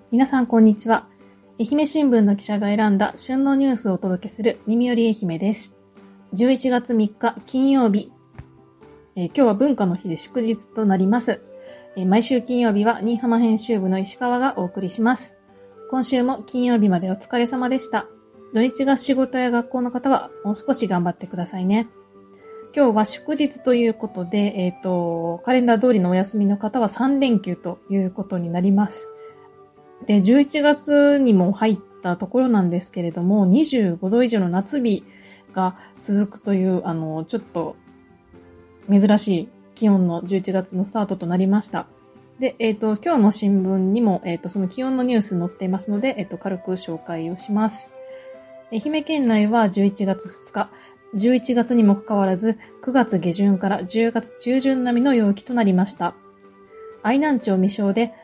皆さんこんにちは。愛媛新聞の記者が選んだ旬のニュースをお届けする耳より愛媛です。11月3日金曜日。今日は文化の日で祝日となります。毎週金曜日は新居浜編集部の石川がお送りします。今週も金曜日までお疲れ様でした。土日が仕事や学校の方はもう少し頑張ってくださいね。今日は祝日ということで、カレンダー通りのお休みの方は3連休ということになります。で、11月にも入ったところなんですけれども、25度以上の夏日が続くという、ちょっと珍しい気温の11月のスタートとなりました。で、今日の新聞にも、その気温のニュース載っていますので、軽く紹介をします。愛媛県内は11月2日、11月にもかかわらず、9月下旬から10月中旬並みの陽気となりました。愛南町未庄で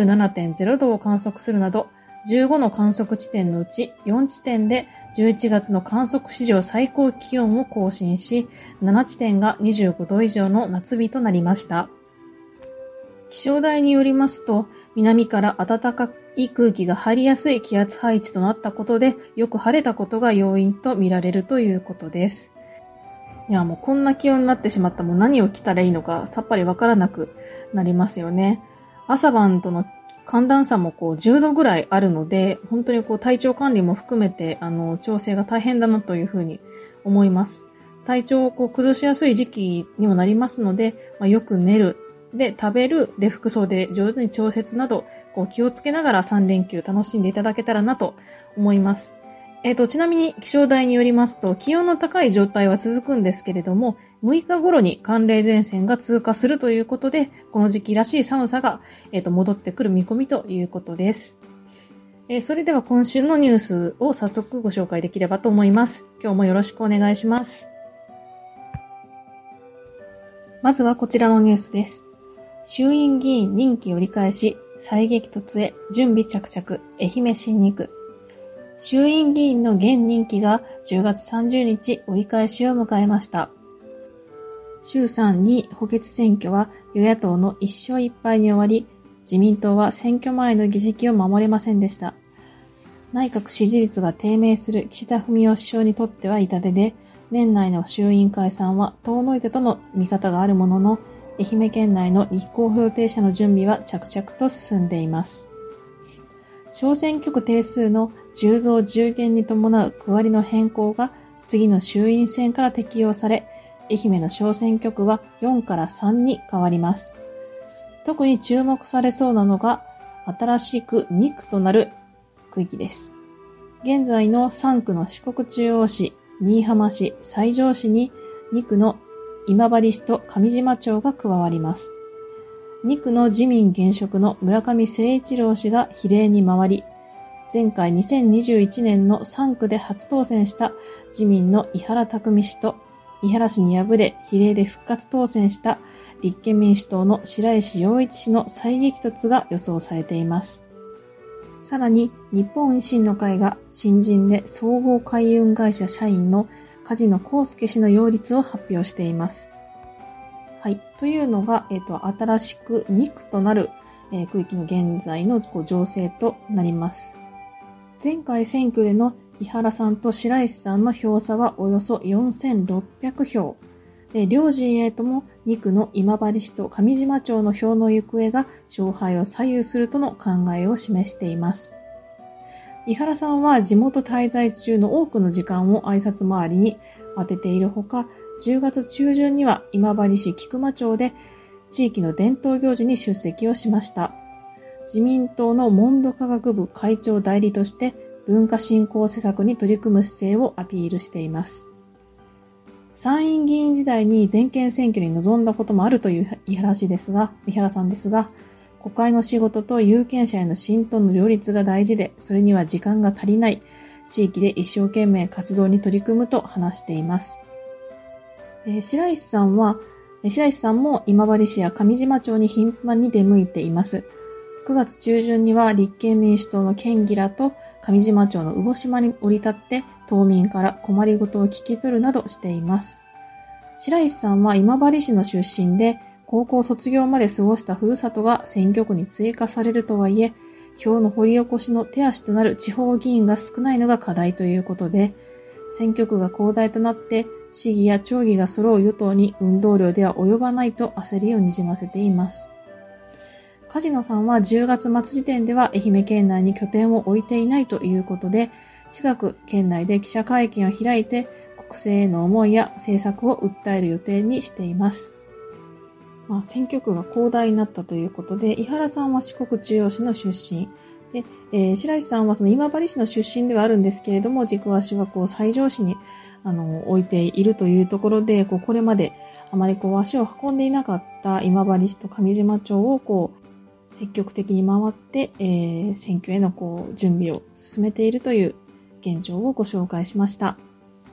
27.0 度を観測するなど、15の観測地点のうち4地点で11月の観測史上最高気温を更新し、7地点が25度以上の夏日となりました。気象台によりますと、南から暖かい空気が入りやすい気圧配置となったことで、よく晴れたことが要因と見られるということです。いや、もうこんな気温になってしまったらもう何を着たらいいのかさっぱりわからなくなりますよね。朝晩との寒暖差も10度ぐらいあるので、本当に体調管理も含めて調整が大変だなというふうに思います。体調を崩しやすい時期にもなりますので、よく寝る、で食べる、で服装で上手に調節など気をつけながら3連休楽しんでいただけたらなと思います。ちなみに気象台によりますと、気温の高い状態は続くんですけれども、6日頃に寒冷前線が通過するということで、この時期らしい寒さが、戻ってくる見込みということです。それでは今週のニュースを早速ご紹介できればと思います。今日もよろしくお願いします。まずはこちらのニュースです。衆院議員任期折り返し、再激突へ準備着々、愛媛新2区。衆院議員の現任期が10月30日折り返しを迎えました。衆参2補欠選挙は与野党の1勝1敗に終わり、自民党は選挙前の議席を守れませんでした。内閣支持率が低迷する岸田文雄首相にとっては痛手で、年内の衆院解散は遠のいてとの見方があるものの、愛媛県内の立候補予定者の準備は着々と進んでいます。小選挙区定数の10増10減に伴う区割りの変更が次の衆院選から適用され、愛媛の小選挙区は4から3に変わります。特に注目されそうなのが新しく2区となる区域です。現在の3区の四国中央市、新居浜市、西条市に2区の今治市と上島町が加わります。2区の自民現職の村上誠一郎氏が比例に回り、前回2021年の3区で初当選した自民の井原拓氏と井原氏に敗れ比例で復活当選した立憲民主党の白石洋一氏の再激突が予想されています。さらに日本維新の会が新人で総合海運会社社員の梶野公介氏の擁立を発表しています。はい。というのが、新しく2区となる、区域の現在の情勢となります。前回選挙での井原さんと白石さんの票差はおよそ4600票。両陣営とも2区の今治市と上島町の票の行方が勝敗を左右するとの考えを示しています。井原さんは地元滞在中の多くの時間を挨拶回りに当てているほか、10月中旬には今治市菊間町で地域の伝統行事に出席をしました。自民党の文部科学部会長代理として文化振興施策に取り組む姿勢をアピールしています。参院議員時代に全県選挙に臨んだこともあるという井原さんですが、国会の仕事と有権者への浸透の両立が大事で、それには時間が足りない、地域で一生懸命活動に取り組むと話しています。白石さんも今治市や上島町に頻繁に出向いています。9月中旬には立憲民主党の県議らと上島町の魚島に降り立って島民から困りごとを聞き取るなどしています。白石さんは今治市の出身で、高校卒業まで過ごしたふるさとが選挙区に追加されるとはいえ、 票の掘り起こしの手足となる地方議員が少ないのが課題ということで、選挙区が広大となって市議や町議が揃う与党に運動量では及ばないと焦りをにじませています。梶野さんは10月末時点では愛媛県内に拠点を置いていないということで、近く県内で記者会見を開いて国政への思いや政策を訴える予定にしています。選挙区が広大になったということで、井原さんは四国中央市の出身で、白石さんはその今治市の出身ではあるんですけれども、軸足は西条市に置いているというところで、これまであまり足を運んでいなかった今治市と上島町を積極的に回って、選挙への準備を進めているという現状をご紹介しました。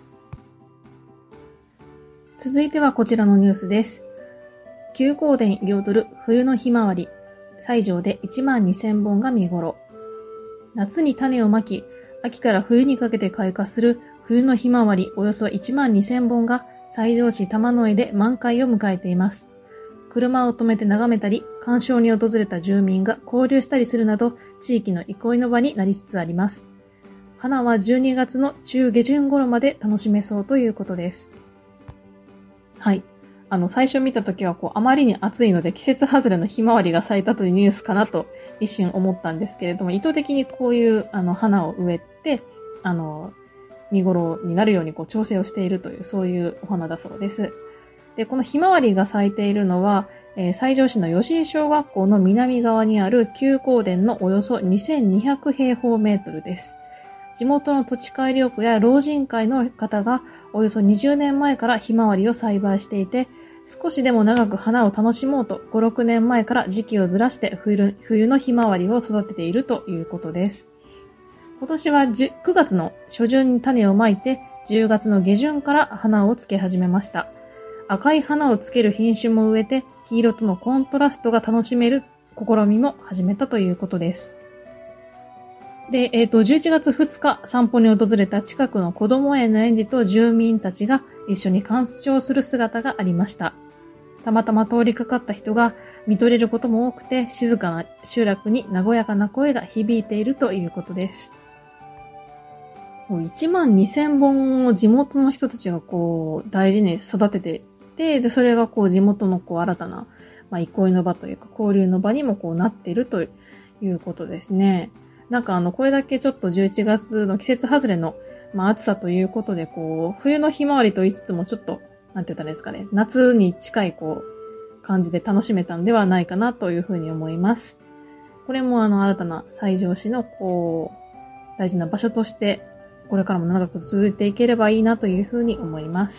続いてはこちらのニュースです。休耕田彩る冬のひまわり、西条で12000本が見頃。夏に種をまき、秋から冬にかけて開花する冬のひまわりおよそ12000本が西条市玉野江で満開を迎えています。車を止めて眺めたり、鑑賞に訪れた住民が交流したりするなど、地域の憩いの場になりつつあります。花は12月の中下旬頃まで楽しめそうということです。はい。最初見たときはあまりに暑いので季節外れのひまわりが咲いたというニュースかなと一瞬思ったんですけれども、意図的にこういう花を植えて、見頃になるように調整をしているという、そういうお花だそうです。で、このひまわりが咲いているのは、西条市の吉井小学校の南側にある休耕田のおよそ2200平方メートルです。地元の土地改良区や老人会の方がおよそ20年前からひまわりを栽培していて、少しでも長く花を楽しもうと5、6年前から時期をずらして冬のひまわりを育てているということです。今年は9月の初旬に種をまいて10月の下旬から花をつけ始めました。赤い花をつける品種も植えて黄色とのコントラストが楽しめる試みも始めたということです。で、11月2日散歩に訪れた近くの子ども園の園児と住民たちが一緒に鑑賞する姿がありました。たまたま通りかかった人が見とれることも多くて、静かな集落に和やかな声が響いているということです。12000本を地元の人たちが大事に育ててて、で、それが地元の新たな、憩いの場というか交流の場にもなっているということですね。これだけちょっと11月の季節外れの、暑さということで、冬のひまわりと言いつつもちょっと、なんて言ったらいいですかね、夏に近い感じで楽しめたんではないかなというふうに思います。これも新たな西条市の大事な場所として、これからも長く続いていければいいなというふうに思います。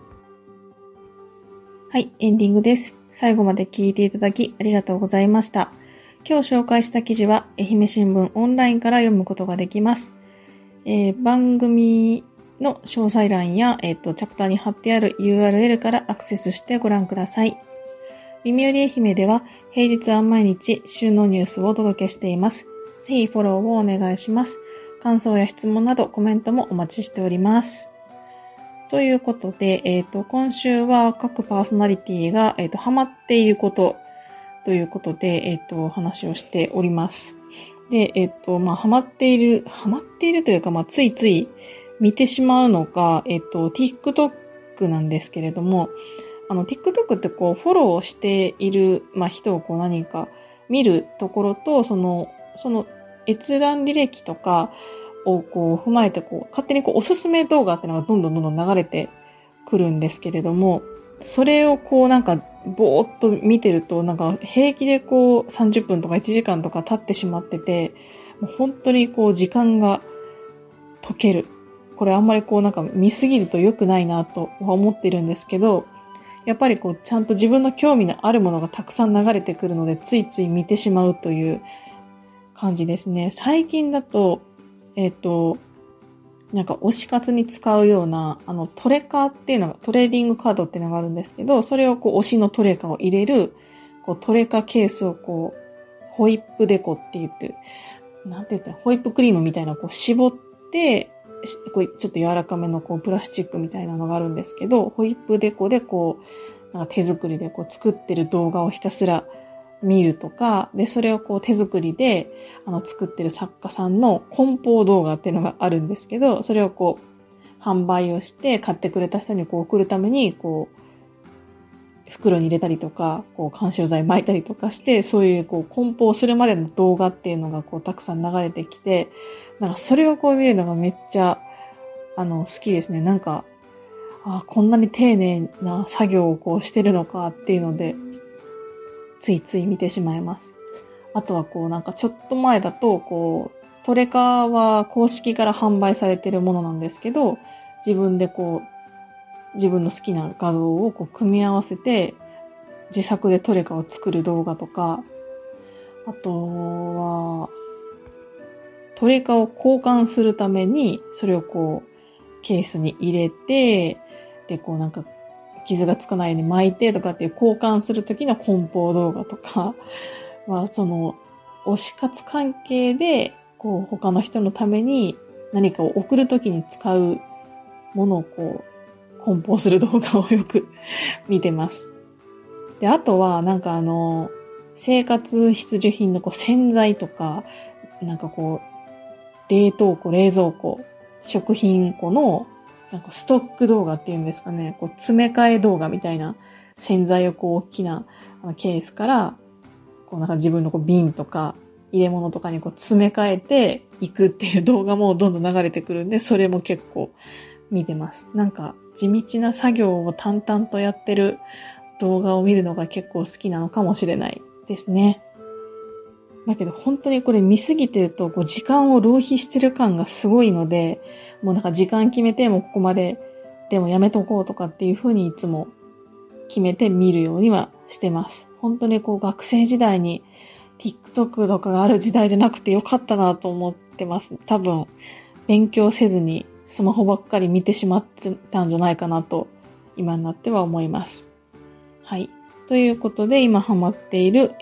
はい、エンディングです。最後まで聞いていただきありがとうございました。今日紹介した記事は愛媛新聞オンラインから読むことができます。番組の詳細欄や、チャプターに貼ってある URL からアクセスしてご覧ください。耳より愛媛では平日は毎日旬のニュースをお届けしています。ぜひフォローをお願いします。感想や質問などコメントもお待ちしております。ということで、今週は各パーソナリティが、ハマっていることということで、話をしております。で、ハマっているというか、ついつい見てしまうのが、TikTok なんですけれども、TikTok ってフォローしている、人を何人か見るところと、その閲覧履歴とかを踏まえて、勝手におすすめ動画っていうのがどんどん流れてくるんですけれども、それをぼーっと見てると、平気で30分とか1時間とか経ってしまってて、もう本当に時間が溶ける。これあんまり見すぎると良くないなとは思ってるんですけど、やっぱりちゃんと自分の興味のあるものがたくさん流れてくるので、ついつい見てしまうという感じですね。最近だと、推し活に使うような、トレカっていうのが、トレーディングカードっていうのがあるんですけど、それを推しのトレカを入れる、トレカケースをホイップデコって言って、ホイップクリームみたいな絞って、ちょっと柔らかめのプラスチックみたいなのがあるんですけど、ホイップデコで手作りで作ってる動画をひたすら見るとか、で、それをこう手作りで、作ってる作家さんの梱包動画っていうのがあるんですけど、それをこう、販売をして買ってくれた人にこう送るために、こう、袋に入れたりとか、こう、緩衝材巻いたりとかして、そういうこう、梱包するまでの動画っていうのがこう、たくさん流れてきて、なんかそれをこう見るのがめっちゃ、好きですね。なんか、こんなに丁寧な作業をこうしてるのかっていうので、ついつい見てしまいます。あとはこうなんかちょっと前だとこうトレカは公式から販売されているものなんですけど、自分でこう自分の好きな画像をこう組み合わせて自作でトレカを作る動画とか、あとはトレカを交換するためにそれをこうケースに入れて、でこうなんか傷がつかないように巻いてとかっていう交換するときの梱包動画とか、その、推し活関係で、こう、他の人のために何かを送るときに使うものをこう、梱包する動画をよく見てます。で、あとは、なんか生活必需品のこう洗剤とか、なんかこう、冷凍庫、冷蔵庫、食品庫のなんかストック動画っていうんですかね、こう詰め替え動画みたいな洗剤をこう大きなケースから、こうなんか自分のこう瓶とか入れ物とかにこう詰め替えていくっていう動画もどんどん流れてくるんで、それも結構見てます。なんか地道な作業を淡々とやってる動画を見るのが結構好きなのかもしれないですね。だけど本当にこれ見すぎてるとこう時間を浪費してる感がすごいので、もうなんか時間決めてもここまででもやめとこうとかっていう風にいつも決めて見るようにはしてます。本当にこう学生時代に TikTok とかがある時代じゃなくてよかったなと思ってます。多分勉強せずにスマホばっかり見てしまってたんじゃないかなと今になっては思います。はい。ということで今ハマっている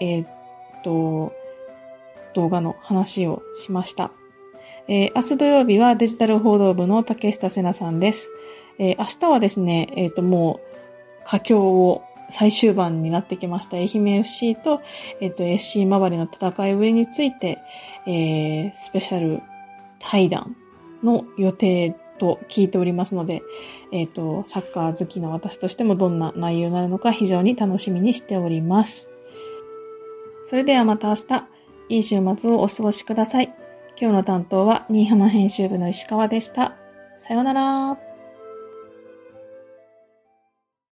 動画の話をしました。明日土曜日はデジタル報道部の竹下瀬奈さんです。明日はですね、もう佳境を最終盤になってきました愛媛 FC と、FC 周りの戦いぶりについて、スペシャル対談の予定と聞いておりますので、サッカー好きな私としてもどんな内容になるのか非常に楽しみにしております。それではまた明日、いい週末をお過ごしください。今日の担当は新居浜編集部の石川でした。さようなら。